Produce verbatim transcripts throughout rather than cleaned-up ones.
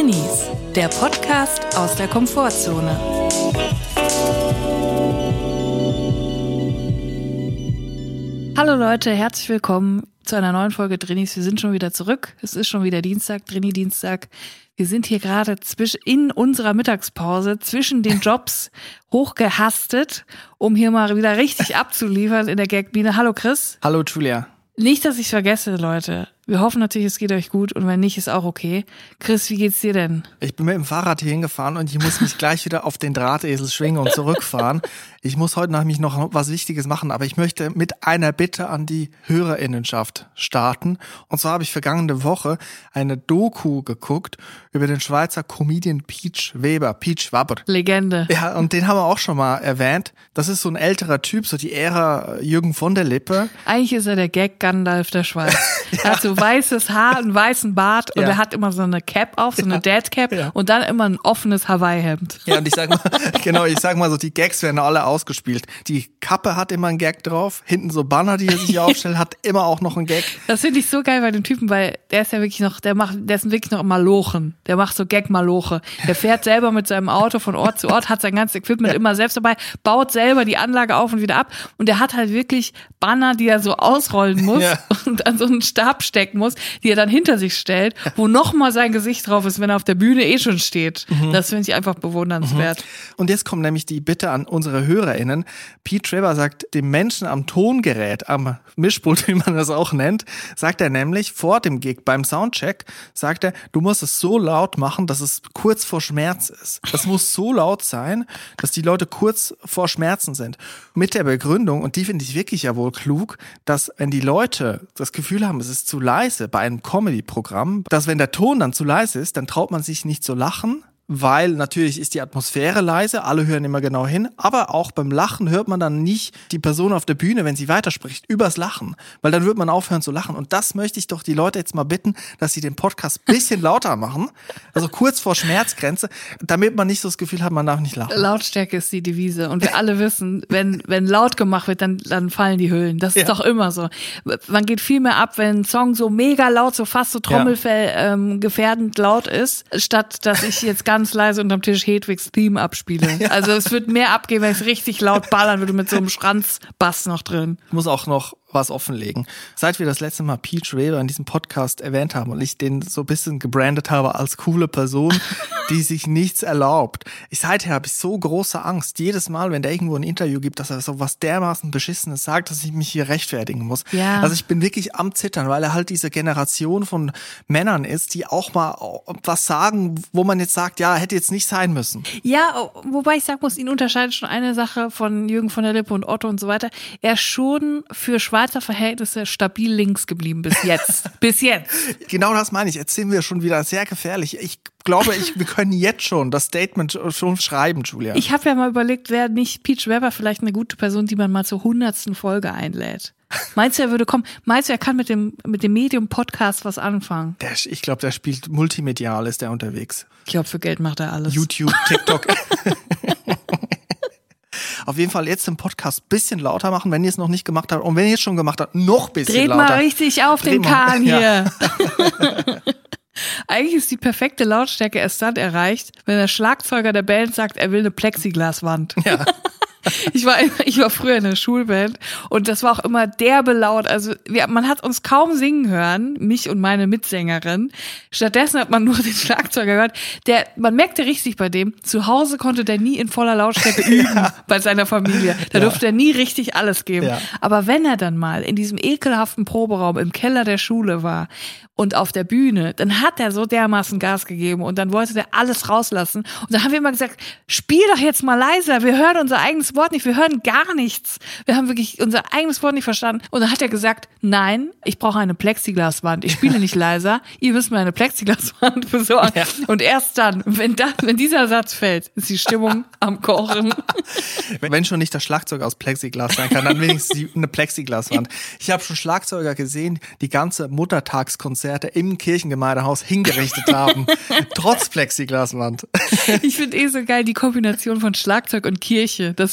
Drinnies, der Podcast aus der Komfortzone. Hallo Leute, herzlich willkommen zu einer neuen Folge Drinnies. Wir sind schon wieder zurück. Es ist schon wieder Dienstag, Drinni-Dienstag. Wir sind hier gerade zwisch- in unserer Mittagspause zwischen den Jobs hochgehastet, um hier mal wieder richtig abzuliefern in der Gagbiene. Hallo Chris. Hallo Julia. Nicht, dass ich es vergesse, Leute. Wir hoffen natürlich, es geht euch gut und wenn nicht, ist auch okay. Chris, wie geht's dir denn? Ich bin mit dem Fahrrad hier hingefahren und ich muss mich gleich wieder auf den Drahtesel schwingen und zurückfahren. Ich muss heute nämlich noch was Wichtiges machen, aber ich möchte mit einer Bitte an die Hörerinnenschaft starten. Und zwar habe ich vergangene Woche eine Doku geguckt über den Schweizer Comedian Peach Weber, Peach Weber. Legende. Ja, und den haben wir auch schon mal erwähnt. Das ist so ein älterer Typ, so die Ära Jürgen von der Lippe. Eigentlich ist er der Gag-Gandalf der Schweiz. Ja. Er hat so weißes Haar, einen weißen Bart und ja. er hat immer so eine Cap auf, so eine ja. Dad-Cap ja. und dann immer ein offenes Hawaii-Hemd. Ja, und ich sag mal, genau, ich sag mal so, die Gags werden alle ausgespielt. Die Kappe hat immer einen Gag drauf, hinten so Banner, die er sich aufstellt, hat immer auch noch einen Gag. Das finde ich so geil bei dem Typen, weil der ist ja wirklich noch, der macht, der ist wirklich noch Malochen. Der macht so Gag-Maloche. Der fährt selber mit seinem Auto von Ort zu Ort, hat sein ganzes Equipment ja. immer selbst dabei, baut selber die Anlage auf und wieder ab und der hat halt wirklich Banner, die er so ausrollen muss ja. und an so einen Stab stecken muss, die er dann hinter sich stellt, wo nochmal sein Gesicht drauf ist, wenn er auf der Bühne eh schon steht. Mhm. Das finde ich einfach bewundernswert. Mhm. Und jetzt kommt nämlich die Bitte an unsere HörerInnen. Pete Weber sagt dem Menschen am Tongerät, am Mischpult, wie man das auch nennt, sagt er nämlich vor dem Gig beim Soundcheck, sagt er, du musst es so laut machen, dass es kurz vor Schmerz ist. Das muss so laut sein, dass die Leute kurz vor Schmerzen sind. Mit der Begründung, und die finde ich wirklich ja wohl klug, dass wenn die Leute das Gefühl haben, es ist zu leise bei einem Comedy-Programm, dass wenn der Ton dann zu leise ist, dann traut man sich nicht zu lachen, weil natürlich ist die Atmosphäre leise, alle hören immer genau hin, aber auch beim Lachen hört man dann nicht die Person auf der Bühne, wenn sie weiterspricht, übers Lachen, weil dann wird man aufhören zu lachen und das möchte ich doch die Leute jetzt mal bitten, dass sie den Podcast ein bisschen lauter machen, also kurz vor Schmerzgrenze, damit man nicht so das Gefühl hat, man darf nicht lachen. Lautstärke ist die Devise und wir alle wissen, wenn wenn laut gemacht wird, dann dann fallen die Hüllen, das ist ja. doch immer so. Man geht viel mehr ab, wenn ein Song so mega laut, so fast so Trommelfell ja. ähm, gefährdend laut ist, statt dass ich jetzt ganz leise unterm Tisch Hedwigs Theme abspiele. Ja. Also es wird mehr abgehen, wenn es richtig laut ballern würde mit so einem Schranzbass noch drin. Ich muss auch noch was offenlegen. Seit wir das letzte Mal Peach Weber in diesem Podcast erwähnt haben und ich den so ein bisschen gebrandet habe als coole Person, die sich nichts erlaubt. Ich seither habe ich so große Angst, jedes Mal, wenn der irgendwo ein Interview gibt, dass er so was dermaßen Beschissenes sagt, dass ich mich hier rechtfertigen muss. Ja. Also ich bin wirklich am Zittern, weil er halt diese Generation von Männern ist, die auch mal was sagen, wo man jetzt sagt, ja, hätte jetzt nicht sein müssen. Ja, wobei ich sagen muss, ihn unterscheidet schon eine Sache von Jürgen von der Lippe und Otto und so weiter. Er ist schon für Schweizer Verhältnisse stabil links geblieben bis jetzt. bis jetzt. Genau das meine ich. Jetzt sind wir schon wieder sehr gefährlich. Ich glaube, ich, wir können jetzt schon das Statement schon schreiben, Julia. Ich habe ja mal überlegt, wäre nicht Peach Weber vielleicht eine gute Person, die man mal zur hundertsten Folge einlädt? Meinst du, er würde kommen? Meinst du, er kann mit dem mit dem Medium-Podcast was anfangen? Der, ich glaube, der spielt multimedial, ist der unterwegs. Ich glaube, für Geld macht er alles. YouTube, TikTok. Auf jeden Fall jetzt den Podcast ein bisschen lauter machen, wenn ihr es noch nicht gemacht habt. Und wenn ihr es schon gemacht habt, noch ein bisschen Dreht lauter. Dreht mal richtig auf Dreh den Kahn hier. Ja. Eigentlich ist die perfekte Lautstärke erst dann erreicht, wenn der Schlagzeuger der Band sagt, er will eine Plexiglaswand. Ja. Ich war, ich war früher in der Schulband und das war auch immer derbe laut. Also wir, man hat uns kaum singen hören, mich und meine Mitsängerin. Stattdessen hat man nur den Schlagzeuger gehört. Der, man merkte richtig bei dem, zu Hause konnte der nie in voller Lautstärke üben ja. bei seiner Familie. Da ja. durfte er nie richtig alles geben. Ja. Aber wenn er dann mal in diesem ekelhaften Proberaum im Keller der Schule war und auf der Bühne, dann hat er so dermaßen Gas gegeben und dann wollte der alles rauslassen. Und dann haben wir immer gesagt, spiel doch jetzt mal leiser, wir hören unser eigenes Wort nicht, wir hören gar nichts. Wir haben wirklich unser eigenes Wort nicht verstanden. Und dann hat er gesagt, nein, ich brauche eine Plexiglaswand, ich spiele nicht leiser, ihr müsst mir eine Plexiglaswand besorgen. Ja. Und erst dann, wenn, das, wenn dieser Satz fällt, ist die Stimmung am Kochen. Wenn schon nicht das Schlagzeug aus Plexiglas sein kann, dann wenigstens eine Plexiglaswand. Ich habe schon Schlagzeuger gesehen, die ganze Muttertagskonzerte im Kirchengemeindehaus hingerichtet haben, trotz Plexiglaswand. Ich finde eh so geil die Kombination von Schlagzeug und Kirche. Das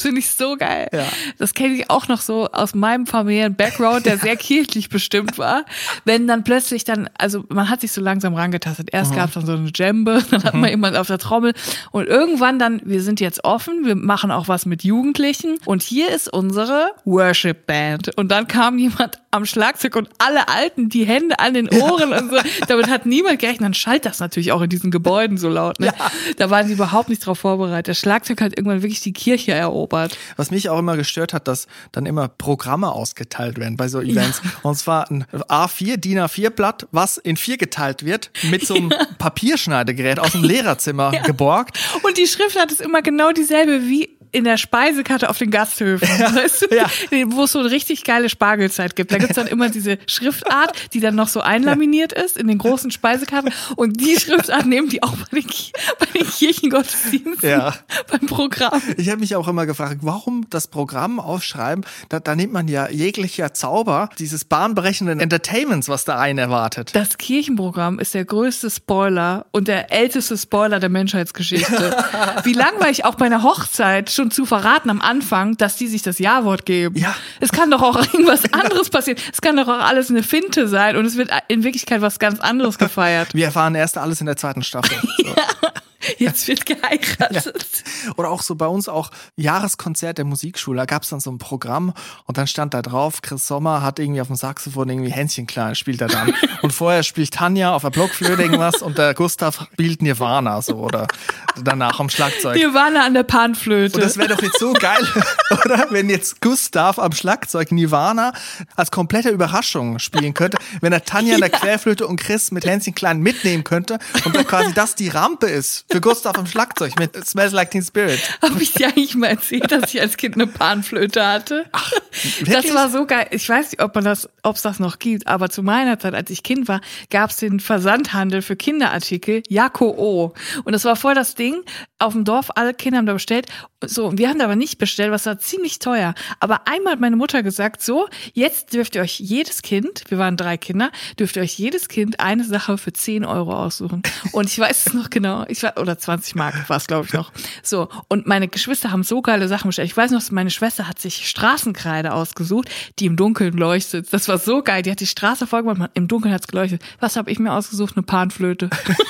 finde ich so geil. Ja. Das kenne ich auch noch so aus meinem familiären Background, der sehr kirchlich bestimmt war. Wenn dann plötzlich dann, also man hat sich so langsam rangetastet. Erst mhm. gab es dann so eine Djembe, dann hat man jemand auf der Trommel und irgendwann dann, wir sind jetzt offen, wir machen auch was mit Jugendlichen und hier ist unsere Worship Band. Und dann kam jemand am Schlagzeug und alle Alten die Hände an den Ohren und so. Damit hat niemand gerechnet. Dann schallt das natürlich auch in diesen Gebäuden so laut. Ne? Ja. Da waren sie überhaupt nicht drauf vorbereitet. Der Schlagzeug hat irgendwann wirklich die Kirche erobert. Was mich auch immer gestört hat, dass dann immer Programme ausgeteilt werden bei so Events. Ja. Und zwar ein A vier, D I N A vier Blatt, was in vier geteilt wird, mit so einem ja. Papierschneidegerät aus dem Lehrerzimmer ja. geborgt. Und die Schriftart ist immer genau dieselbe wie in der Speisekarte auf den Gasthöfen, ja, weißt du, ja. wo es so eine richtig geile Spargelzeit gibt. Da gibt's dann immer diese Schriftart, die dann noch so einlaminiert ist in den großen Speisekarten. Und die Schriftart nehmen die auch bei den, bei den Kirchengottesdiensten, ja. beim Programm. Ich habe mich auch immer gefragt, warum das Programm aufschreiben, da, da nimmt man ja jeglicher Zauber dieses bahnbrechenden Entertainments, was da einen erwartet. Das Kirchenprogramm ist der größte Spoiler und der älteste Spoiler der Menschheitsgeschichte. Wie langweilig auch bei einer Hochzeit schon zu verraten am Anfang, dass die sich das Ja-Wort geben. Ja. Es kann doch auch irgendwas anderes passieren. Es kann doch auch alles eine Finte sein und es wird in Wirklichkeit was ganz anderes gefeiert. Wir erfahren erst alles in der zweiten Staffel. So. Ja. Jetzt wird geheiratet. Ja. Oder auch so bei uns auch Jahreskonzert der Musikschule. Da gab es dann so ein Programm und dann stand da drauf, Chris Sommer hat irgendwie auf dem Saxophon irgendwie Hänschen klein, spielt er dann. Und vorher spielt Tanja auf der Blockflöte irgendwas und der Gustav spielt Nirvana so oder danach am Schlagzeug. Nirvana an der Panflöte. Und das wäre doch jetzt so geil, oder? Wenn jetzt Gustav am Schlagzeug Nirvana als komplette Überraschung spielen könnte, wenn er Tanja an der ja. Querflöte und Chris mit Hänschen klein mitnehmen könnte und dann quasi das die Rampe ist für Gustav am Schlagzeug mit Smells Like Teen Spirit. Habe ich dir eigentlich mal erzählt, dass ich als Kind eine Panflöte hatte? Ach, das war so geil. Ich weiß nicht, ob man das, ob es das noch gibt, aber zu meiner Zeit, als ich Kind war, gab es den Versandhandel für Kinderartikel Jako O. Und das war voll das Ding. Auf dem Dorf, alle Kinder haben da bestellt. So, und wir haben da aber nicht bestellt, was war ziemlich teuer. Aber einmal hat meine Mutter gesagt, so, jetzt dürft ihr euch jedes Kind, wir waren drei Kinder, dürft ihr euch jedes Kind eine Sache für zehn Euro aussuchen. Und ich weiß es noch genau, ich war, oder zwanzig Mark war es, glaube ich, noch. So, und meine Geschwister haben so geile Sachen bestellt. Ich weiß noch, meine Schwester hat sich Straßenkreide ausgesucht, die im Dunkeln leuchtet. Das war so geil. Die hat die Straße vollgemacht, im Dunkeln hat's geleuchtet. Was habe ich mir ausgesucht? Eine Panflöte.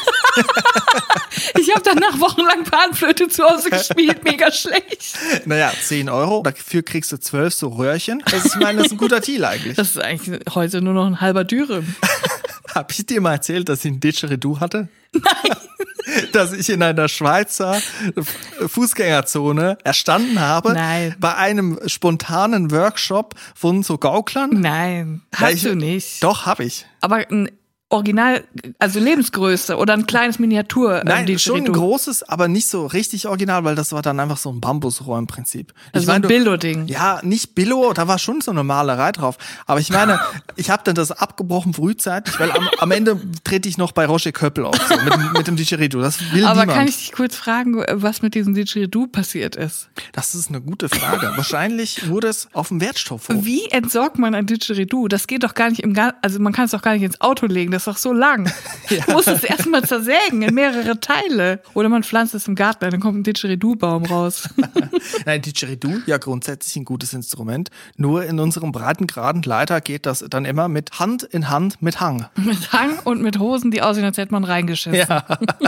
Ich habe danach wochenlang Panflöte zu Hause gespielt, mega schlecht. Naja, zehn Euro, dafür kriegst du zwölf so Röhrchen. Das ist, ich meine, das ist ein guter Deal eigentlich. Das ist eigentlich heute nur noch ein halber Dürüm. Hab ich dir mal erzählt, dass ich ein Didgeridoo hatte? Nein. Dass ich in einer Schweizer Fußgängerzone erstanden habe. Nein. Bei einem spontanen Workshop von so Gauklern. Nein, hast ich, du nicht. Doch, hab ich. Aber ein Original, also Lebensgröße oder ein kleines Miniatur. Nein, ähm, schon ein großes, aber nicht so richtig original, weil das war dann einfach so ein Bambusrohr im Prinzip. Also so ein Billo-Ding. Ja, nicht Billo, da war schon so eine Malerei drauf. Aber ich meine, ich habe dann das abgebrochen frühzeitig, weil am, am Ende trete ich noch bei Roger Köppel auf, so, mit, mit dem Didgeridoo. Das will aber niemand. Kann ich dich kurz fragen, was mit diesem Didgeridoo passiert ist? Das ist eine gute Frage. Wahrscheinlich wurde es auf dem Wertstoffhof. Wie entsorgt man ein Didgeridoo? Das geht doch gar nicht im, also man kann es doch gar nicht ins Auto legen. Das ist doch so lang. Ja. Du musst es erstmal zersägen in mehrere Teile. Oder man pflanzt es im Garten, dann kommt ein Didgeridoo-Baum raus. Nein, Didgeridoo, ja grundsätzlich ein gutes Instrument. Nur in unserem Breitengraden leider geht das dann immer mit Hand in Hand mit Hang. Mit Hang und mit Hosen, die aussehen, als hätte man reingeschissen. Ja.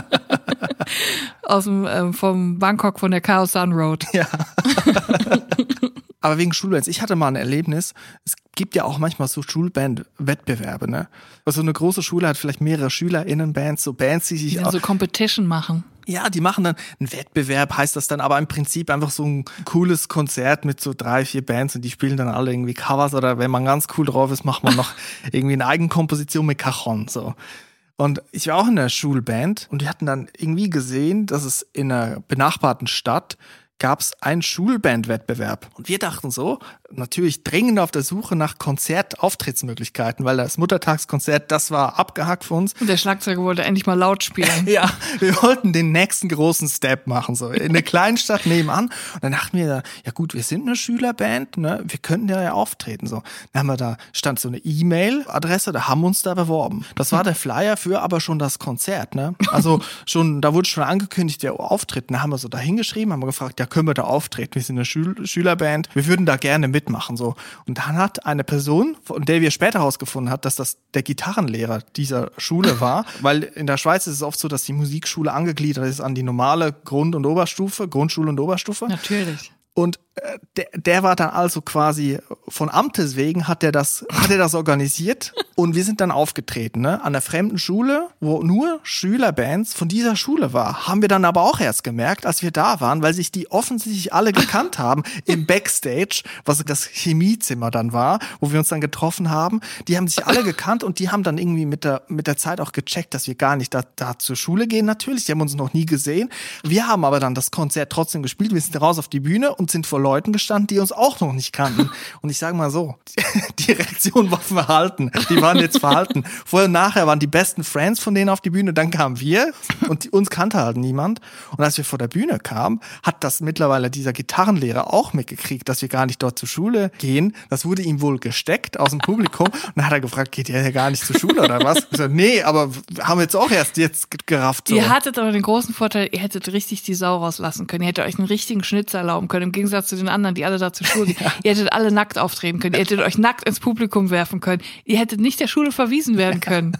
Aus dem, ähm, vom Bangkok von der Khao San Road. Ja. Aber wegen Schulbands, ich hatte mal ein Erlebnis, es gibt ja auch manchmal so Schulband-Wettbewerbe, ne? Also eine große Schule hat vielleicht mehrere SchülerInnen-Bands, so Bands, die sich... Die dann so Competition machen. Ja, die machen dann einen Wettbewerb, heißt das dann, aber im Prinzip einfach so ein cooles Konzert mit so drei, vier Bands und die spielen dann alle irgendwie Covers oder wenn man ganz cool drauf ist, macht man noch irgendwie eine Eigenkomposition mit Cajon, so. Und ich war auch in der Schulband und die hatten dann irgendwie gesehen, dass es in einer benachbarten Stadt gab es einen Schulbandwettbewerb. Und wir dachten so, natürlich dringend auf der Suche nach Konzertauftrittsmöglichkeiten, weil das Muttertagskonzert, das war abgehakt für uns. Und der Schlagzeuger wollte endlich mal laut spielen. Ja, wir wollten den nächsten großen Step machen, so in der kleinen Stadt nebenan. Und dann dachten wir, ja gut, wir sind eine Schülerband, ne, wir könnten ja, ja auftreten, so. Dann haben wir da, stand so eine E-Mail-Adresse, da haben wir uns da beworben. Das war der Flyer für aber schon das Konzert, ne. Also schon, da wurde schon angekündigt, der Auftritt. Da haben wir so da hingeschrieben, haben wir gefragt, ja, können wir da auftreten? Wir sind eine Schül- Schülerband, wir würden da gerne mitmachen, so. Und dann hat eine Person, von der wir später herausgefunden hat, dass das der Gitarrenlehrer dieser Schule war, weil in der Schweiz ist es oft so, dass die Musikschule angegliedert ist an die normale Grund- und Oberstufe, Grundschule und Oberstufe. Natürlich. Und äh, der, der war dann also quasi von Amtes wegen hat er das, hat er das organisiert und wir sind dann aufgetreten, ne? An der fremden Schule, wo nur Schülerbands von dieser Schule war. Haben wir dann aber auch erst gemerkt, als wir da waren, weil sich die offensichtlich alle gekannt haben im Backstage, was das Chemiezimmer dann war, wo wir uns dann getroffen haben. Die haben sich alle gekannt und die haben dann irgendwie mit der, mit der Zeit auch gecheckt, dass wir gar nicht da, da zur Schule gehen. Natürlich, die haben uns noch nie gesehen. Wir haben aber dann das Konzert trotzdem gespielt. Wir sind raus auf die Bühne und sind vor Leuten gestanden, die uns auch noch nicht kannten. Und ich sage mal so, die Reaktion war verhalten. Die waren jetzt verhalten. Vorher und nachher waren die besten Friends von denen auf die Bühne, dann kamen wir und die, uns kannte halt niemand. Und als wir vor der Bühne kamen, hat das mittlerweile dieser Gitarrenlehrer auch mitgekriegt, dass wir gar nicht dort zur Schule gehen. Das wurde ihm wohl gesteckt aus dem Publikum. Und dann hat er gefragt, geht ihr ja gar nicht zur Schule oder was? Ich so, nee, aber haben wir jetzt auch erst jetzt gerafft. So. Ihr hattet aber den großen Vorteil, ihr hättet richtig die Sau rauslassen können. Ihr hättet euch einen richtigen Schnitzer erlauben können, im Gegensatz zu den anderen, die alle da zur Schule gehen. Ja. Ihr hättet alle nackt auftreten können. Ihr hättet euch nackt ins Publikum werfen können. Ihr hättet nicht der Schule verwiesen werden können.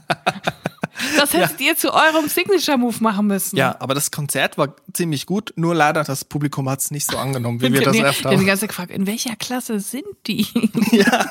Das hättet ja. ihr zu eurem Signature-Move machen müssen. Ja, aber das Konzert war ziemlich gut. Nur leider, das Publikum hat es nicht so angenommen, wie wir das öfter haben. Die ganze Zeit gefragt, in welcher Klasse sind die? Ja.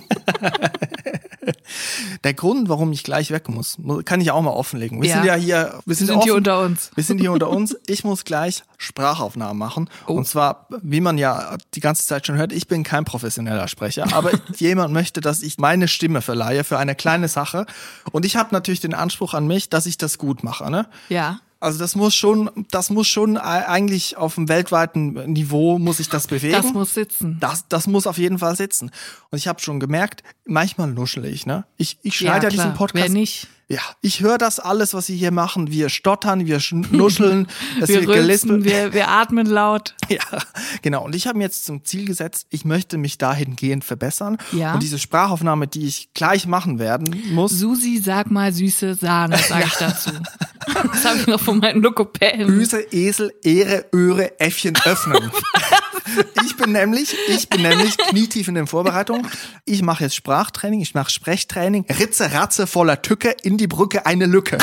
Der Grund, warum ich gleich weg muss, kann ich auch mal offenlegen. Wir ja. sind ja hier, wir sind, sind offen, hier unter uns. Wir sind hier unter uns. Ich muss gleich Sprachaufnahmen machen. Oh. Und zwar, wie man ja die ganze Zeit schon hört, ich bin kein professioneller Sprecher, aber jemand möchte, dass ich meine Stimme verleihe für eine kleine Sache. Und ich habe natürlich den Anspruch an mich, dass ich das gut mache, ne? Ja. Also das muss schon, das muss schon eigentlich auf dem weltweiten Niveau muss ich das bewegen. Das muss sitzen. Das, das muss auf jeden Fall sitzen. Und ich habe schon gemerkt, manchmal nuschle ich, ne? Ich, ich schneide ja, ja diesen Podcast. Wer nicht? Ja, ich höre das alles, was Sie hier machen. Wir stottern, wir nuscheln, es wir wird gelispelt. Wir, wir atmen laut. Ja, genau. Und ich habe mir jetzt zum Ziel gesetzt, ich möchte mich dahingehend verbessern. Ja. Und diese Sprachaufnahme, die ich gleich machen werden muss. Susi, sag mal süße Sahne, sage ja. ich dazu. Das habe ich noch von meinen Lokopäden. Füße, Esel, Ehre, Öhre, Äffchen öffnen. Ich bin nämlich, ich bin nämlich knietief in den Vorbereitungen. Ich mache jetzt Sprachtraining, ich mache Sprechtraining. Ritze, Ratze, voller Tücke, in die Brücke eine Lücke.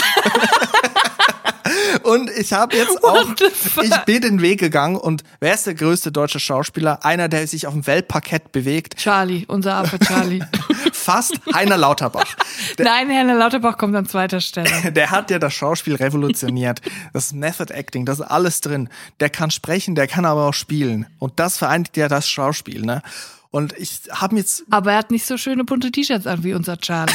Und ich habe jetzt auch, ich bin den Weg gegangen und wer ist der größte deutsche Schauspieler? Einer, der sich auf dem Weltparkett bewegt. Charlie, unser Affe Charlie. Fast Heiner Lauterbach. Der, Nein, Heiner Lauterbach kommt an zweiter Stelle. Der hat ja das Schauspiel revolutioniert. Das Method Acting, das ist alles drin. Der kann sprechen, der kann aber auch spielen. Und das vereinigt ja das Schauspiel, ne? Und ich habe jetzt... Aber er hat nicht so schöne bunte T-Shirts an wie unser Charlie.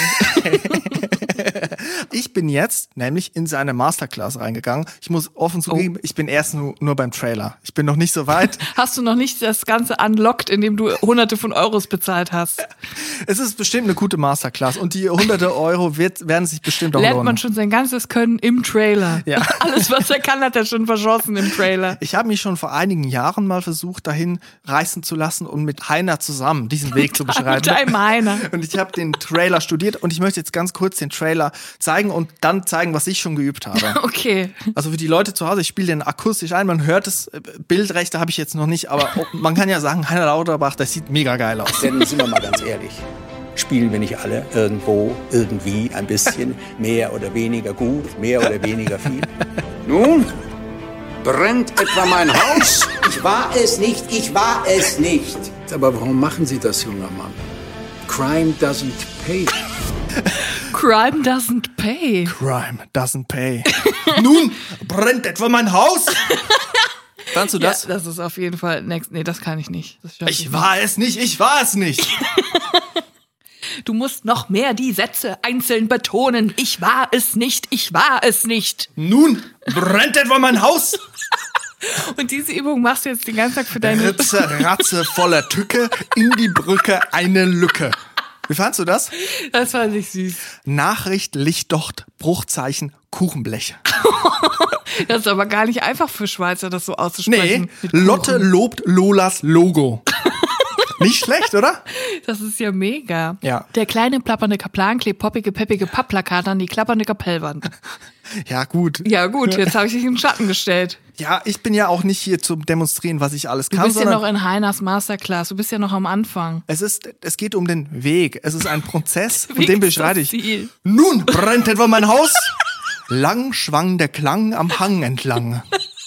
Ich bin jetzt nämlich in seine Masterclass reingegangen. Ich muss offen zugeben, oh. ich bin erst nur, nur beim Trailer. Ich bin noch nicht so weit. Hast du noch nicht das Ganze unlocked, indem du hunderte von Euros bezahlt hast? Es ist bestimmt eine gute Masterclass und die hunderte Euro wird, werden sich bestimmt auch lernt lohnen. Man schon sein ganzes Können im Trailer. Ja. Alles, was er kann, hat er schon verschossen im Trailer. Ich habe mich schon vor einigen Jahren mal versucht, dahin reißen zu lassen und mit Heiner zusammen diesen Weg zu beschreiten. Mit einem Heiner. Und ich habe den Trailer studiert und ich möchte jetzt ganz kurz den Trailer zeigen und dann zeigen, was ich schon geübt habe. Okay. Also für die Leute zu Hause, ich spiele den akustisch ein, man hört es, Bildrechte habe ich jetzt noch nicht, aber man kann ja sagen, Heiner Lauterbach, das sieht mega geil aus. Denn sind wir mal ganz ehrlich, spielen wir nicht alle irgendwo, irgendwie ein bisschen, mehr oder weniger gut, mehr oder weniger viel? Nun, brennt etwa mein Haus? Ich war es nicht, ich war es nicht. Aber warum machen Sie das, junger Mann? Crime doesn't pay. Crime doesn't pay. Crime doesn't pay. Nun, brennt etwa mein Haus? Kannst du das? Ja, das ist auf jeden Fall next. Nee, das kann ich nicht. Das ich war es nicht, ich war es nicht. Du musst noch mehr die Sätze einzeln betonen. Ich war es nicht, ich war es nicht. Nun, brennt etwa mein Haus? Und diese Übung machst du jetzt den ganzen Tag für deine... Ritze, Ratze, voller Tücke, in die Brücke eine Lücke. Wie fandst du das? Das fand ich süß. Nachricht, Lichtdocht, Bruchzeichen, Kuchenblech. Das ist aber gar nicht einfach für Schweizer, das so auszusprechen. Nee, Lotte lobt Lolas Logo. Nicht schlecht, oder? Das ist ja mega. Ja. Der kleine plappernde Kaplan klebt poppige, peppige Pappplakate an die klappernde Kapellwand. Ja, gut. Ja gut, jetzt habe ich dich in den Schatten gestellt. Ja, ich bin ja auch nicht hier zum Demonstrieren, was ich alles Du kann, bist ja sondern noch in Heiners Masterclass, du bist ja noch am Anfang. es ist, es geht um den Weg. Es ist ein Prozess, und Weg den ist das beschreite ich. Ziel. Nun brennt etwa mein Haus. Lang schwang der Klang am Hang entlang.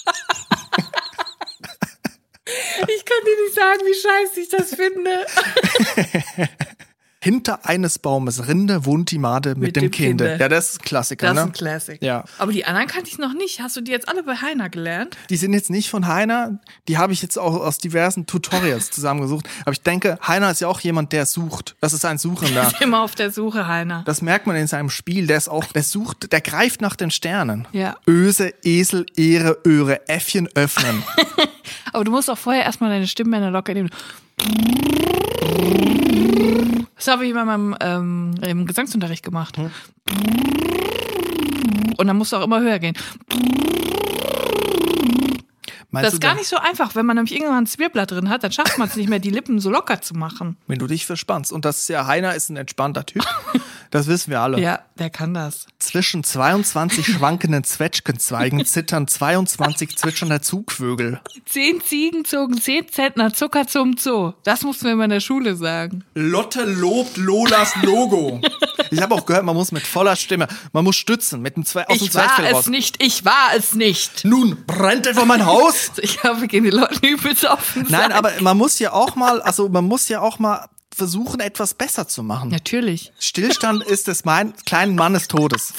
Ich kann dir nicht sagen, wie scheiße ich das finde. Hinter eines Baumes Rinde wohnt die Made mit, Mit dem, dem Kinde. Kinde. Ja, das ist ein Klassiker, Das ist ne? ein Classic. Ja. Aber die anderen kannte ich noch nicht. Hast du die jetzt alle bei Heiner gelernt? Die sind jetzt nicht von Heiner, die habe ich jetzt auch aus diversen Tutorials zusammengesucht. Aber ich denke, Heiner ist ja auch jemand, der sucht. Das ist ein Suchender. Ist immer auf der Suche, Heiner. Das merkt man in seinem Spiel. Der ist auch, der sucht, der greift nach den Sternen. Ja. Öse, Esel, Ehre, Öre, Äffchen öffnen. Aber du musst auch vorher erstmal deine Stimmbänder locker nehmen. Das habe ich immer in meinem ähm, im Gesangsunterricht gemacht. Hm. Und dann musst du auch immer höher gehen. Meinst Das du ist gar denn, nicht so einfach. Wenn man nämlich irgendwann ein Zwirblatt drin hat, dann schafft man es nicht mehr, die Lippen so locker zu machen. wenn du dich verspannst. Und das ist ja, Heiner ist ein entspannter Typ. Das wissen wir alle. Ja, der kann das. Zwischen zweiundzwanzig schwankenden Zwetschgenzweigen zittern zweiundzwanzig zwitschernde Zugvögel. Zehn Ziegen zogen zehn Zentner Zucker zum Zoo. Das mussten wir immer in der Schule sagen. Lotte lobt Lolas Logo. Ich habe auch gehört, man muss mit voller Stimme, man muss stützen, mit dem Zwe aus dem Ich war Zwerchfell es raus. nicht, ich war es nicht. Nun brennt etwa mein Haus. Ich habe gegen die Leute übelst auf den Nein, Sack. aber man muss ja auch mal, also man muss ja auch mal versuchen, etwas besser zu machen. Natürlich. Stillstand ist des mein, kleinen Mannes Todes.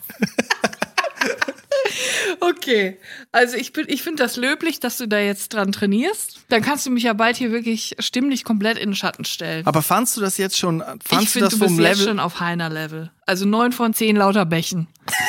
Okay, also ich bin, ich finde das löblich, dass du da jetzt dran trainierst. Dann kannst du mich ja bald hier wirklich stimmlich komplett in den Schatten stellen. Aber fandst du das jetzt schon, ich fandst du finde, das du bist vom jetzt Level? schon auf Heiner Level. Also neun von zehn lauter Bächen.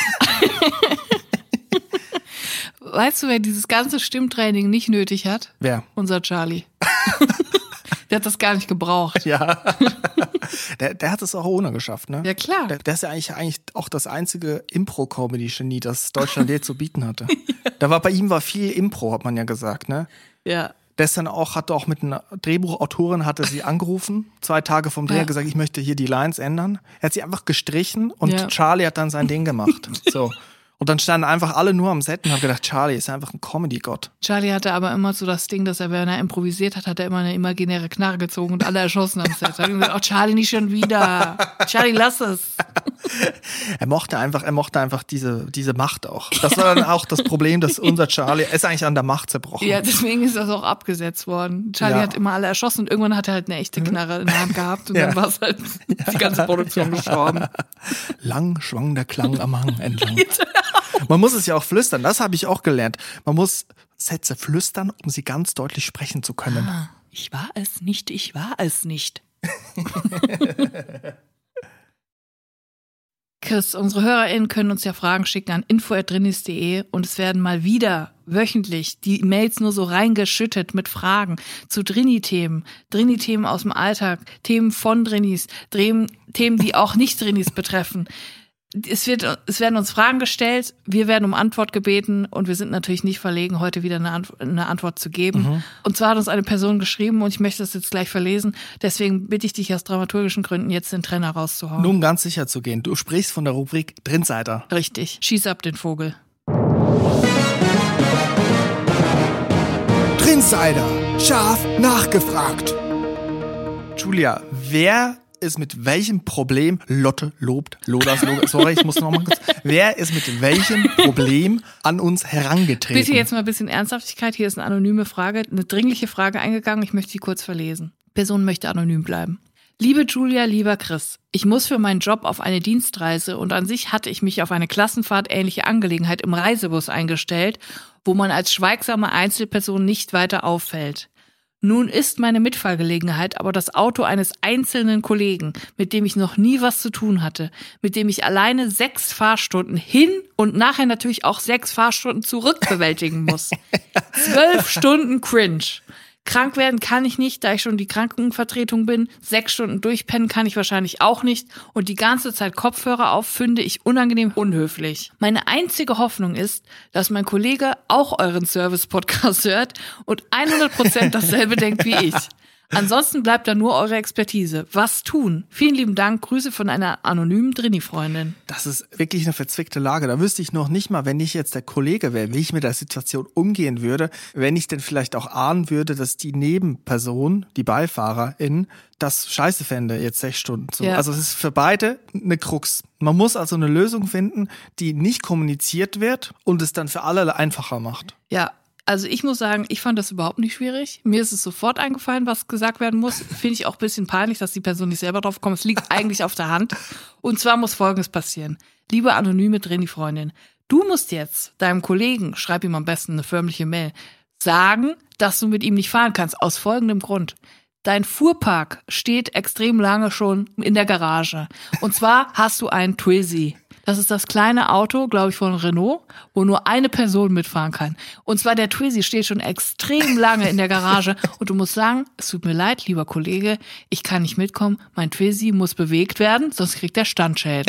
Weißt du, wer dieses ganze Stimmtraining nicht nötig hat? Wer? Unser Charlie. Der hat das gar nicht gebraucht. Ja. Der, der hat es auch ohne geschafft, ne? Ja, klar. Der, der ist ja eigentlich, eigentlich auch das einzige Impro-Comedy-Genie, das Deutschland je zu bieten hatte. Ja. Da war bei ihm war viel Impro, hat man ja gesagt, ne? Ja. Der ist dann auch, hatte auch mit einer Drehbuchautorin, hatte sie angerufen, zwei Tage vom Dreh, Ja. gesagt, ich möchte hier die Lines ändern. Er hat sie einfach gestrichen und Ja. Charlie hat dann sein Ding gemacht. So. Und dann standen einfach alle nur am Set und haben gedacht, Charlie ist einfach ein Comedy-Gott. Charlie hatte aber immer so das Ding, dass er, wenn er improvisiert hat, hat er immer eine imaginäre Knarre gezogen und alle erschossen am Set. Da hat er gesagt, oh Charlie, nicht schon wieder. Charlie, lass es. Er mochte einfach, er mochte einfach diese, diese Macht auch. Das war dann auch das Problem, dass unser Charlie, er ist eigentlich an der Macht zerbrochen. Ja, deswegen ist das auch abgesetzt worden. Charlie Ja. hat immer alle erschossen und irgendwann hat er halt eine echte Knarre in der Hand gehabt und Ja. dann war es halt die ganze Produktion gestorben. Lang schwang der Klang am Hang entlang. Man muss es ja auch flüstern, das habe ich auch gelernt. Man muss Sätze flüstern, um sie ganz deutlich sprechen zu können. Ah, ich war es nicht, ich war es nicht. Chris, unsere HörerInnen können uns ja Fragen schicken an info at drinis punkt de und es werden mal wieder wöchentlich die Mails nur so reingeschüttet mit Fragen zu Drini-Themen, Drini-Themen aus dem Alltag, Themen von Drinis, Themen, Themen, die auch nicht Drinis betreffen. Es, wird, es werden uns Fragen gestellt, wir werden um Antwort gebeten und wir sind natürlich nicht verlegen, heute wieder eine, Ant- eine Antwort zu geben. Mhm. Und zwar hat uns eine Person geschrieben und ich möchte das jetzt gleich verlesen, deswegen bitte ich dich aus dramaturgischen Gründen jetzt den Trenner rauszuhauen. Nur um ganz sicher zu gehen, du sprichst von der Rubrik Drinsider. Richtig, schieß ab den Vogel. Drinsider, scharf nachgefragt. Julia, wer ist mit welchem Problem, Lotte lobt, Lodas Logo, sorry, ich muss noch mal kurz, wer ist mit welchem Problem an uns herangetreten? Bitte jetzt mal ein bisschen Ernsthaftigkeit, hier ist eine anonyme Frage, eine dringliche Frage eingegangen, ich möchte sie kurz verlesen. Person möchte anonym bleiben. Liebe Julia, lieber Chris, ich muss für meinen Job auf eine Dienstreise und an sich hatte ich mich auf eine Klassenfahrt ähnliche Angelegenheit im Reisebus eingestellt, wo man als schweigsame Einzelperson nicht weiter auffällt. Nun ist meine Mitfahrgelegenheit aber das Auto eines einzelnen Kollegen, mit dem ich noch nie was zu tun hatte, mit dem ich alleine sechs Fahrstunden hin und nachher natürlich auch sechs Fahrstunden zurück bewältigen muss. Zwölf Stunden Cringe. Krank werden kann ich nicht, da ich schon die Krankenvertretung bin. Sechs Stunden durchpennen kann ich wahrscheinlich auch nicht. Und die ganze Zeit Kopfhörer auf finde ich unangenehm unhöflich. Meine einzige Hoffnung ist, dass mein Kollege auch euren Service-Podcast hört und hundert Prozent dasselbe denkt wie ich. Ansonsten bleibt da nur eure Expertise. Was tun? Vielen lieben Dank. Grüße von einer anonymen Drini-Freundin. Das ist wirklich eine verzwickte Lage. Da wüsste ich noch nicht mal, wenn ich jetzt der Kollege wäre, wie ich mit der Situation umgehen würde, wenn ich denn vielleicht auch ahnen würde, dass die Nebenperson, die Beifahrerin, das scheiße fände, jetzt sechs Stunden zu. Ja. Also es ist für beide eine Krux. Man muss also eine Lösung finden, die nicht kommuniziert wird und es dann für alle einfacher macht. Ja. Also ich muss sagen, ich fand das überhaupt nicht schwierig. Mir ist es sofort eingefallen, was gesagt werden muss. Finde ich auch ein bisschen peinlich, dass die Person nicht selber drauf kommt. Es liegt eigentlich auf der Hand. Und zwar muss Folgendes passieren. Liebe anonyme Drini-Freundin, du musst jetzt deinem Kollegen, schreib ihm am besten eine förmliche Mail, sagen, dass du mit ihm nicht fahren kannst. Aus folgendem Grund. Dein Fuhrpark steht extrem lange schon in der Garage. Und zwar hast du einen Twizy. Das ist das kleine Auto, glaube ich, von Renault, wo nur eine Person mitfahren kann. Und zwar der Twizy steht schon extrem lange in der Garage. Und du musst sagen, es tut mir leid, lieber Kollege, ich kann nicht mitkommen. Mein Twizy muss bewegt werden, sonst kriegt er Standschäden.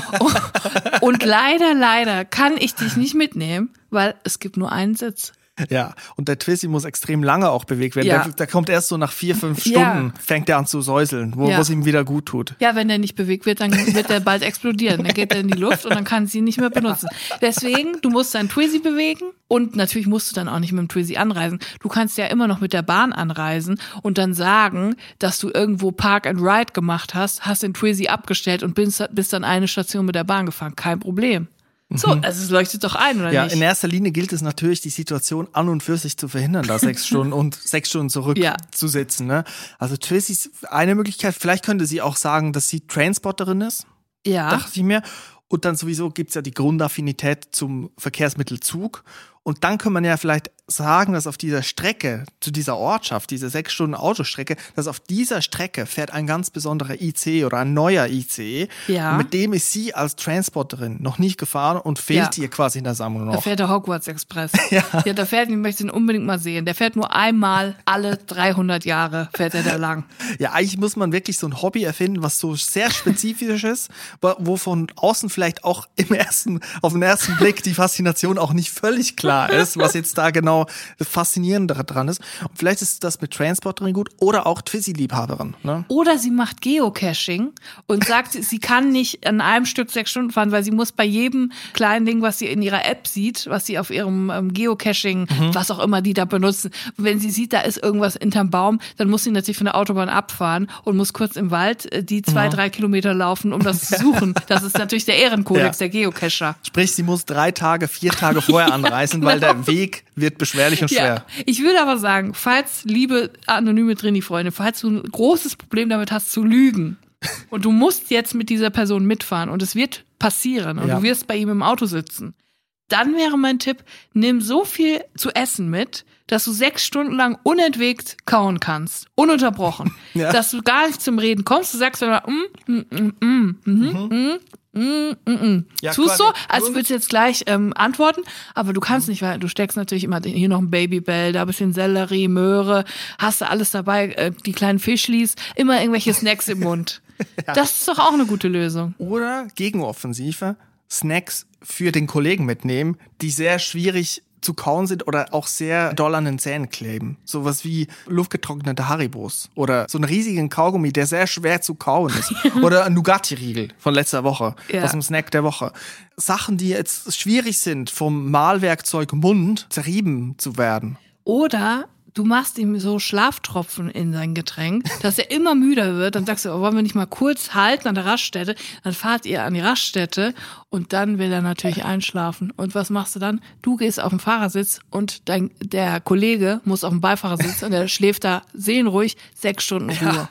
Und leider, leider kann ich dich nicht mitnehmen, weil es gibt nur einen Sitz. Ja, und der Twizy muss extrem lange auch bewegt werden. Ja. Der, der kommt erst so nach vier, fünf Ja. Stunden, fängt er an zu säuseln, wo Ja. es ihm wieder gut tut. Ja, wenn der nicht bewegt wird, dann wird der bald explodieren. Dann geht er in die Luft und dann kann sie ihn nicht mehr benutzen. Deswegen, du musst dein Twizy bewegen und natürlich musst du dann auch nicht mit dem Twizy anreisen. Du kannst ja immer noch mit der Bahn anreisen und dann sagen, dass du irgendwo Park and Ride gemacht hast, hast den Twizy abgestellt und bist, bist dann eine Station mit der Bahn gefahren. Kein Problem. So, also es leuchtet doch ein, oder Ja, nicht? in erster Linie gilt es natürlich, die Situation an und für sich zu verhindern, da sechs Stunden und sechs Stunden zurück Ja. zu sitzen. Ne? Also Twizy ist eine Möglichkeit. Vielleicht könnte sie auch sagen, dass sie Trainspotterin ist, Ja. dachte ich mir. Und dann sowieso gibt's ja die Grundaffinität zum Verkehrsmittel Zug. Und dann kann man ja vielleicht sagen, dass auf dieser Strecke, zu dieser Ortschaft, diese sechs Stunden Autostrecke, dass auf dieser Strecke fährt ein ganz besonderer I C E oder ein neuer I C E. Ja. Und mit dem ist sie als Transporterin noch nicht gefahren und fehlt Ja. ihr quasi in der Sammlung Da noch. fährt der Hogwarts Express. Ja. ja, da fährt, ich möchte ihn unbedingt mal sehen. Der fährt nur einmal alle dreihundert Jahre, fährt er da lang. Ja, eigentlich muss man wirklich so ein Hobby erfinden, was so sehr spezifisch ist, wo wo von außen vielleicht auch im ersten, auf den ersten Blick die Faszination auch nicht völlig klar ist, was jetzt da genau das Faszinierende dran ist. Und vielleicht ist das mit Transporterin gut oder auch Twizy-Liebhaberin. Ne? Oder sie macht Geocaching und sagt, sie kann nicht an einem Stück sechs Stunden fahren, weil sie muss bei jedem kleinen Ding, was sie in ihrer App sieht, was sie auf ihrem ähm, Geocaching, mhm. was auch immer die da benutzen, wenn sie sieht, da ist irgendwas hinterm Baum, dann muss sie natürlich von der Autobahn abfahren und muss kurz im Wald äh, die zwei, mhm. drei Kilometer laufen, um das zu suchen. Das ist natürlich der Ehrenkodex ja. der Geocacher. Sprich, sie muss drei Tage, vier Tage vorher anreisen, genau. weil der Weg wird beschwerlich und schwer. Ja. Ich würde aber sagen, falls, liebe anonyme Drini-Freunde, falls du ein großes Problem damit hast zu lügen und du musst jetzt mit dieser Person mitfahren und es wird passieren und ja. du wirst bei ihm im Auto sitzen, dann wäre mein Tipp, nimm so viel zu essen mit, dass du sechs Stunden lang unentwegt kauen kannst, ununterbrochen, ja. dass du gar nicht zum Reden kommst, du sagst immer, mm, mm, mm, mm, mm, mm, Mm, mm, mm. Ja, tust so, als würdest du jetzt gleich ähm, antworten, aber du kannst nicht, weil du steckst natürlich immer hier noch ein Babybell, da ein bisschen Sellerie, Möhre, hast du alles dabei, äh, die kleinen Fischlis, immer irgendwelche Snacks im Mund. Ja. Das ist doch auch eine gute Lösung. Oder Gegenoffensive, Snacks für den Kollegen mitnehmen, die sehr schwierig zu kauen sind oder auch sehr doll an den Zähnen kleben. Sowas wie luftgetrocknete Haribos oder so einen riesigen Kaugummi, der sehr schwer zu kauen ist. Oder ein Nougat-Riegel von letzter Woche, ja. aus dem Snack der Woche. Sachen, die jetzt schwierig sind, vom Mahlwerkzeug Mund zerrieben zu werden. Oder du machst ihm so Schlaftropfen in sein Getränk, dass er immer müder wird. Dann sagst du, oh, wollen wir nicht mal kurz halten an der Raststätte? Dann fahrt ihr an die Raststätte und dann will er natürlich einschlafen. Und was machst du dann? Du gehst auf den Fahrersitz und dein, der Kollege muss auf dem Beifahrersitz und der schläft da seelenruhig sechs Stunden Ruhe. Ja.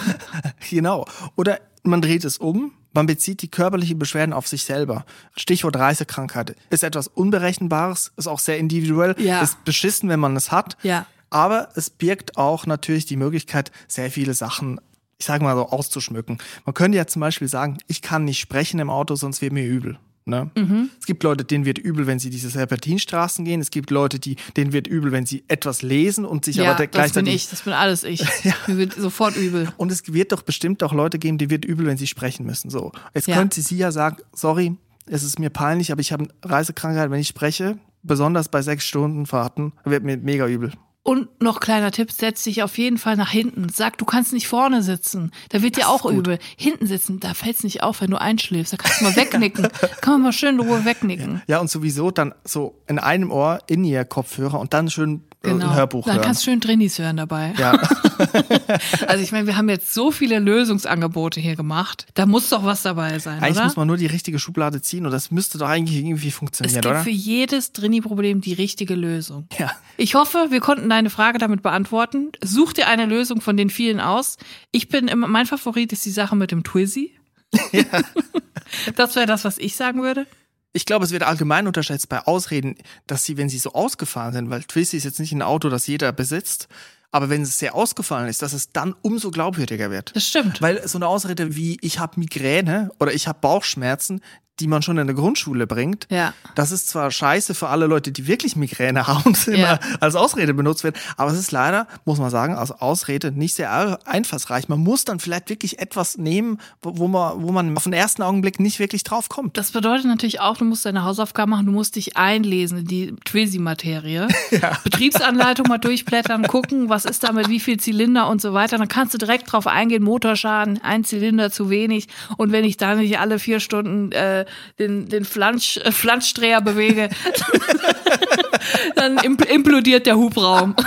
Genau. Oder man dreht es um. Man bezieht die körperlichen Beschwerden auf sich selber. Stichwort Reisekrankheit. Ist etwas Unberechenbares, ist auch sehr individuell, ja. ist beschissen, wenn man es hat. Ja. Aber es birgt auch natürlich die Möglichkeit, sehr viele Sachen, ich sage mal so, auszuschmücken. Man könnte ja zum Beispiel sagen, ich kann nicht sprechen im Auto, sonst wird mir übel. Ne? Mhm. Es gibt Leute, denen wird übel, wenn sie diese Serpentinstraßen gehen. Es gibt Leute, die, denen wird übel, wenn sie etwas lesen und sich ja, aber der, gleichzeitig... Ja, das bin ich, das bin alles ich. Ja. Mir wird sofort übel. Und es wird doch bestimmt auch Leute geben, denen wird übel, wenn sie sprechen müssen. So, jetzt ja. könnte sie ja sagen, sorry, es ist mir peinlich, aber ich habe eine Reisekrankheit, wenn ich spreche, besonders bei sechs Stunden Fahrten, wird mir mega übel. Und noch kleiner Tipp, setz dich auf jeden Fall nach hinten. Sag, du kannst nicht vorne sitzen. Da wird dir auch übel. Hinten sitzen, da fällt's nicht auf, wenn du einschläfst. Da kannst du mal wegnicken. Da kann man mal schön in Ruhe wegnicken. Ja, und sowieso dann so in einem Ohr in ihr Kopfhörer und dann schön genau. ein Hörbuch dann hören. Dann kannst du schön Drinis hören dabei. Ja. Also ich meine, wir haben jetzt so viele Lösungsangebote hier gemacht. Da muss doch was dabei sein, eigentlich oder? muss man nur die richtige Schublade ziehen und das müsste doch eigentlich irgendwie funktionieren, oder? Es gibt oder? für jedes Drini-Problem die richtige Lösung. Ja. Ich hoffe, wir konnten deine Frage damit beantworten. Such dir eine Lösung von den vielen aus. Ich bin immer, mein Favorit ist die Sache mit dem Twizy. Ja. Das wäre das, was ich sagen würde. Ich glaube, es wird allgemein unterschätzt bei Ausreden, dass sie, wenn sie so ausgefahren sind, weil Twizy ist jetzt nicht ein Auto, das jeder besitzt, aber wenn es sehr ausgefallen ist, dass es dann umso glaubwürdiger wird. Das stimmt. Weil so eine Ausrede wie ich habe Migräne oder ich habe Bauchschmerzen, die man schon in der Grundschule bringt, ja. das ist zwar scheiße für alle Leute, die wirklich Migräne haben und immer ja. als Ausrede benutzt wird, aber es ist leider, muss man sagen, als Ausrede nicht sehr einfallsreich. Man muss dann vielleicht wirklich etwas nehmen, wo man, wo man auf den ersten Augenblick nicht wirklich drauf kommt. Das bedeutet natürlich auch, du musst deine Hausaufgaben machen, du musst dich einlesen in die Twizy-Materie. Ja. Betriebsanleitung mal durchblättern, gucken, was ist damit, wie viel Zylinder und so weiter. Dann kannst du direkt drauf eingehen, Motorschaden, ein Zylinder zu wenig. Und wenn ich da nicht alle vier Stunden äh, den, den Flansch, äh, Flanschdreher bewege, dann impl- implodiert der Hubraum.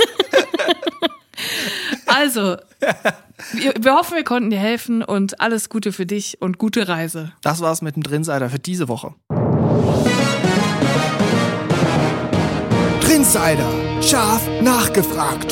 Also, wir, wir hoffen, wir konnten dir helfen und alles Gute für dich und gute Reise. Das war's mit dem Drinsider für diese Woche. Drinsider, scharf nachgefragt.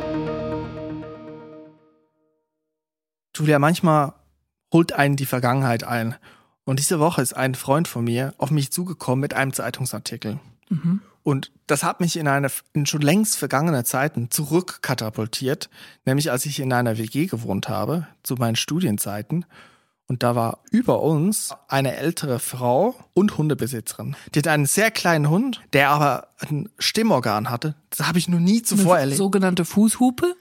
Julia, manchmal holt einen die Vergangenheit ein. Und diese Woche ist ein Freund von mir auf mich zugekommen mit einem Zeitungsartikel. Mhm. Und das hat mich in eine in schon längst vergangene Zeiten zurückkatapultiert, nämlich als ich in einer W G gewohnt habe, zu meinen Studienzeiten. Und da war über uns eine ältere Frau und Hundebesitzerin. Die hatte einen sehr kleinen Hund, der aber ein Stimmorgan hatte. Das habe ich noch nie zuvor eine erlebt. Sogenannte Fußhupe?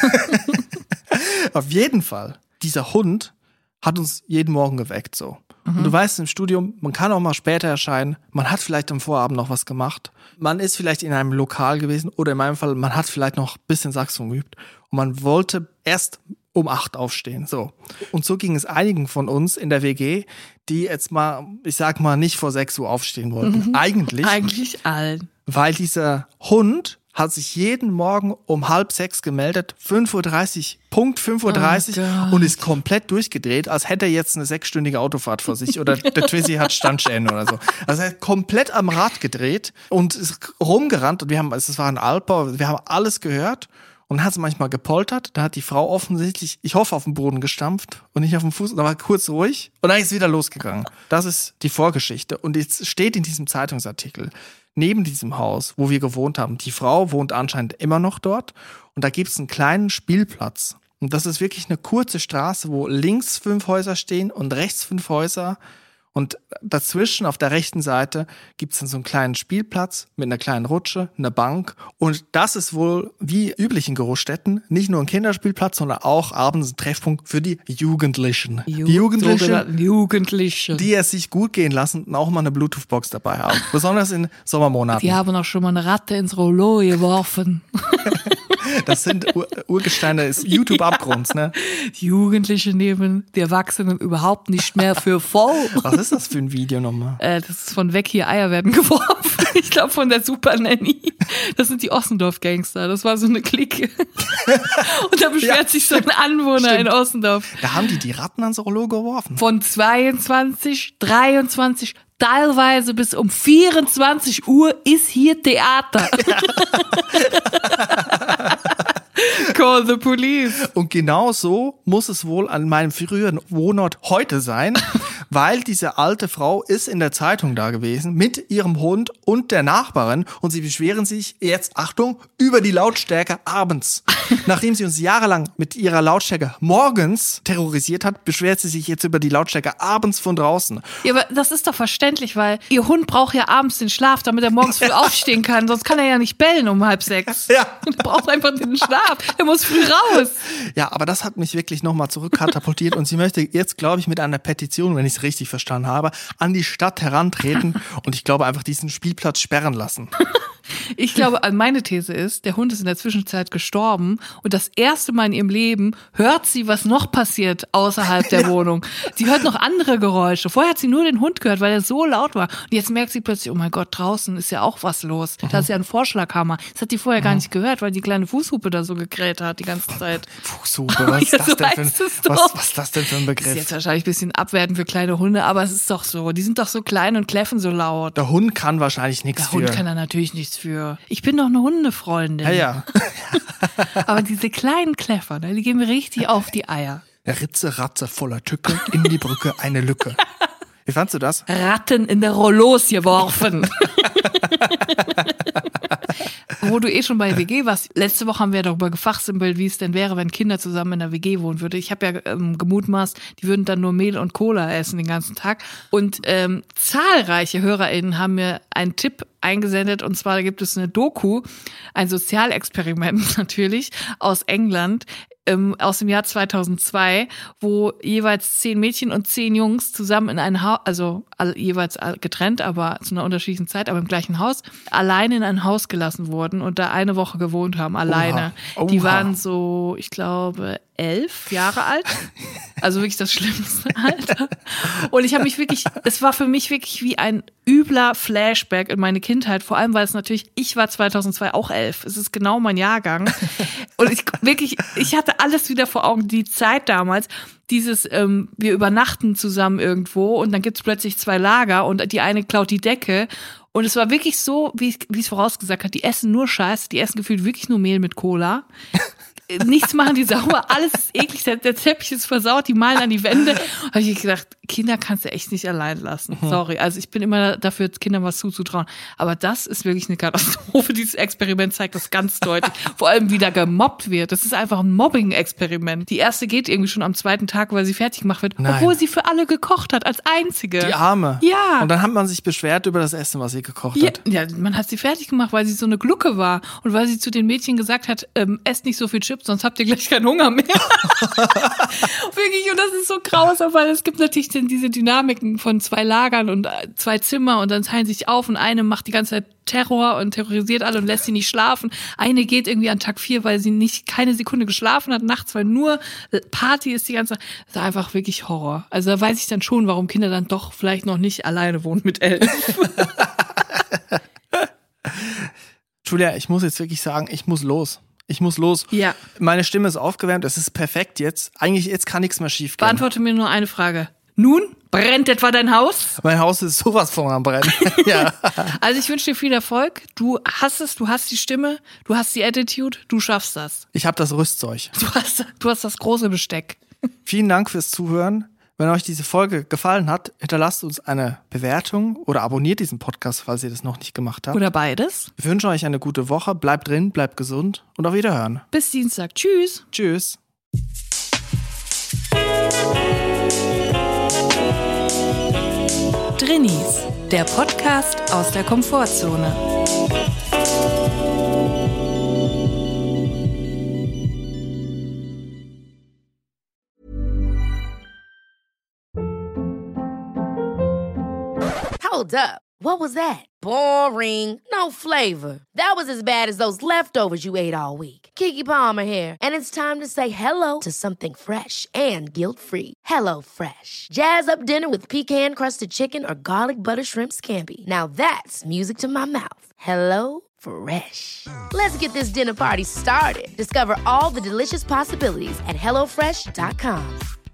Auf jeden Fall. Dieser Hund hat uns jeden Morgen geweckt so. Und du weißt, im Studium, man kann auch mal später erscheinen, man hat vielleicht am Vorabend noch was gemacht, man ist vielleicht in einem Lokal gewesen oder in meinem Fall, man hat vielleicht noch ein bisschen Saxophon geübt und man wollte erst um acht aufstehen, so. Und so ging es einigen von uns in der W G, die jetzt mal, ich sag mal, nicht vor sechs Uhr aufstehen wollten. Mhm. Eigentlich. Eigentlich allen. Weil dieser Hund hat sich jeden Morgen um halb sechs gemeldet, fünf Uhr dreißig, Punkt fünf Uhr dreißig oh und ist komplett durchgedreht, als hätte er jetzt eine sechsstündige Autofahrt vor sich oder der Twizy hat Standschäden oder so. Also er hat komplett am Rad gedreht und ist rumgerannt und wir haben, es war ein Altbau, wir haben alles gehört und hat es manchmal gepoltert, da hat die Frau offensichtlich, ich hoffe, auf den Boden gestampft und nicht auf den Fuß, da war kurz ruhig und dann ist es wieder losgegangen. Das ist die Vorgeschichte und jetzt steht in diesem Zeitungsartikel, neben diesem Haus, wo wir gewohnt haben, die Frau wohnt anscheinend immer noch dort und da gibt es einen kleinen Spielplatz. Und das ist wirklich eine kurze Straße, wo links fünf Häuser stehen und rechts fünf Häuser. Und dazwischen auf der rechten Seite gibt es dann so einen kleinen Spielplatz mit einer kleinen Rutsche, einer Bank. Und das ist wohl, wie üblich in Großstädten, nicht nur ein Kinderspielplatz, sondern auch abends ein Treffpunkt für die Jugendlichen. Ju- die Jugendlichen, Jugendliche. die es sich gut gehen lassen und auch mal eine Bluetooth-Box dabei haben. Besonders in Sommermonaten. Die haben auch schon mal eine Ratte ins Rollo geworfen. Das sind Ur- Urgesteine des YouTube-Abgrunds, ne? Die Jugendlichen nehmen die Erwachsenen überhaupt nicht mehr für voll. Was ist das für ein Video nochmal? Äh, das ist von Weg hier, Eier werden geworfen. Ich glaube von der Super Nanny. Das sind die Ossendorf-Gangster. Das war so eine Clique. Und da beschwert Ja, sich so ein Anwohner stimmt. in Ossendorf. Da haben die die Ratten ans Rollo geworfen. Von zweiundzwanzig, dreiundzwanzig, teilweise bis um vierundzwanzig Uhr ist hier Theater. Call the police. Und genau so muss es wohl an meinem früheren Wohnort heute sein, weil diese alte Frau ist in der Zeitung da gewesen mit ihrem Hund und der Nachbarin und sie beschweren sich jetzt, Achtung, über die Lautstärke abends. Nachdem sie uns jahrelang mit ihrer Lautstärke morgens terrorisiert hat, beschwert sie sich jetzt über die Lautstärke abends von draußen. Ja, aber das ist doch verständlich, weil ihr Hund braucht ja abends den Schlaf, damit er morgens früh aufstehen kann, sonst kann er ja nicht bellen um halb sechs. Ja. Er braucht einfach den Schlaf, er muss früh raus. Ja, aber das hat mich wirklich nochmal zurückkatapultiert und sie möchte jetzt, glaube ich, mit einer Petition, wenn ich es richtig verstanden habe, an die Stadt herantreten und ich glaube einfach diesen Spielplatz sperren lassen. Ich glaube, meine These ist, der Hund ist in der Zwischenzeit gestorben und das erste Mal in ihrem Leben hört sie, was noch passiert außerhalb der ja. Wohnung. Sie hört noch andere Geräusche. Vorher hat sie nur den Hund gehört, weil er so laut war. Und jetzt merkt sie plötzlich, oh mein Gott, draußen ist ja auch was los. Da ist ja ein Vorschlaghammer. Das hat die vorher gar nicht gehört, weil die kleine Fußhupe da so gekräht hat die ganze Zeit. Fußhupe, was ist das, ja, denn, für ein, was, was ist das denn für ein Begriff? Das ist jetzt wahrscheinlich ein bisschen abwertend für kleine Hunde, aber es ist doch so. Die sind doch so klein und kläffen so laut. Der Hund kann wahrscheinlich nichts Der für. Hund kann da natürlich nichts für. Ich bin doch eine Hundefreundin. Ja, ja. Aber diese kleinen Kläffer, die gehen mir richtig auf die Eier. Ritze, Ratze, voller Tücke, in die Brücke eine Lücke. Wie fandst du das? Ratten in der Rollos geworfen. Wo du eh schon bei W G warst. Letzte Woche haben wir darüber gefachsimpelt, wie es denn wäre, wenn Kinder zusammen in der W G wohnen würden. Ich habe ja ähm, gemutmaßt, die würden dann nur Mehl und Cola essen den ganzen Tag. Und ähm, zahlreiche HörerInnen haben mir einen Tipp eingesendet. Und zwar gibt es eine Doku, ein Sozialexperiment natürlich, aus England, ähm, aus dem Jahr zweitausendzwei, wo jeweils zehn Mädchen und zehn Jungs zusammen in ein Haus, also all, jeweils getrennt, aber zu einer unterschiedlichen Zeit, aber im gleichen Haus, alleine in ein Haus gelassen wurden und da eine Woche gewohnt haben, alleine. Oha. Oha. Die waren so, ich glaube, elf Jahre alt. Also wirklich das schlimmste Alter. Und ich habe mich wirklich, es war für mich wirklich wie ein übler Flashback in meine Kindheit. Vor allem, weil es natürlich, ich war zweitausendzwei auch elf. Es ist genau mein Jahrgang. Und ich wirklich, ich hatte alles wieder vor Augen. Die Zeit damals, dieses, ähm, wir übernachten zusammen irgendwo und dann gibt's plötzlich zwei Lager und die eine klaut die Decke. Und es war wirklich so, wie wie es vorausgesagt hat, die essen nur Scheiß, die essen gefühlt wirklich nur Mehl mit Cola. Nichts machen die sauber, alles ist eklig, der, der Teppich ist versaut, die malen an die Wände. Habe ich gedacht, Kinder kannst du echt nicht allein lassen. Sorry, also ich bin immer dafür, Kindern was zuzutrauen. Aber das ist wirklich eine Katastrophe. Dieses Experiment zeigt das ganz deutlich. Vor allem, wie da gemobbt wird. Das ist einfach ein Mobbing-Experiment. Die erste geht irgendwie schon am zweiten Tag, weil sie fertig gemacht wird, Nein. obwohl sie für alle gekocht hat, als einzige. Die Arme. Ja. Und dann hat man sich beschwert über das Essen, was sie gekocht Ja, hat. ja, man hat sie fertig gemacht, weil sie so eine Glucke war und weil sie zu den Mädchen gesagt hat, ähm, esst nicht so viel Chips, sonst habt ihr gleich keinen Hunger mehr. Wirklich, und das ist so grausam, weil es gibt natürlich dann diese Dynamiken von zwei Lagern und zwei Zimmer und dann teilen sich auf und eine macht die ganze Zeit Terror und terrorisiert alle und lässt sie nicht schlafen. Eine geht irgendwie an Tag vier, weil sie nicht keine Sekunde geschlafen hat nachts, weil nur Party ist die ganze Zeit. Das ist einfach wirklich Horror. Also da weiß ich dann schon, warum Kinder dann doch vielleicht noch nicht alleine wohnen mit elf. Julia, ich muss jetzt wirklich sagen, ich muss los. Ich muss los. Ja. Meine Stimme ist aufgewärmt, es ist perfekt jetzt. Eigentlich, jetzt kann nichts mehr schief gehen. Beantworte mir nur eine Frage. Nun, brennt etwa dein Haus? Mein Haus ist sowas von am Brennen. Ja. Also ich wünsche dir viel Erfolg. Du hast es, du hast die Stimme, du hast die Attitude, du schaffst das. Ich habe das Rüstzeug. Du hast, du hast das große Besteck. Vielen Dank fürs Zuhören. Wenn euch diese Folge gefallen hat, hinterlasst uns eine Bewertung oder abonniert diesen Podcast, falls ihr das noch nicht gemacht habt. Oder beides. Wir wünschen euch eine gute Woche. Bleibt drin, bleibt gesund und auf Wiederhören. Bis Dienstag. Tschüss. Tschüss. Drinnies, der Podcast aus der Komfortzone. Hold up. What was that? Boring. No flavor. That was as bad as those leftovers you ate all week. Keke Palmer here, and it's time to say hello to something fresh and guilt-free. Hello Fresh. Jazz up dinner with pecan-crusted chicken or garlic butter shrimp scampi. Now that's music to my mouth. Hello Fresh. Let's get this dinner party started. Discover all the delicious possibilities at hello fresh dot com.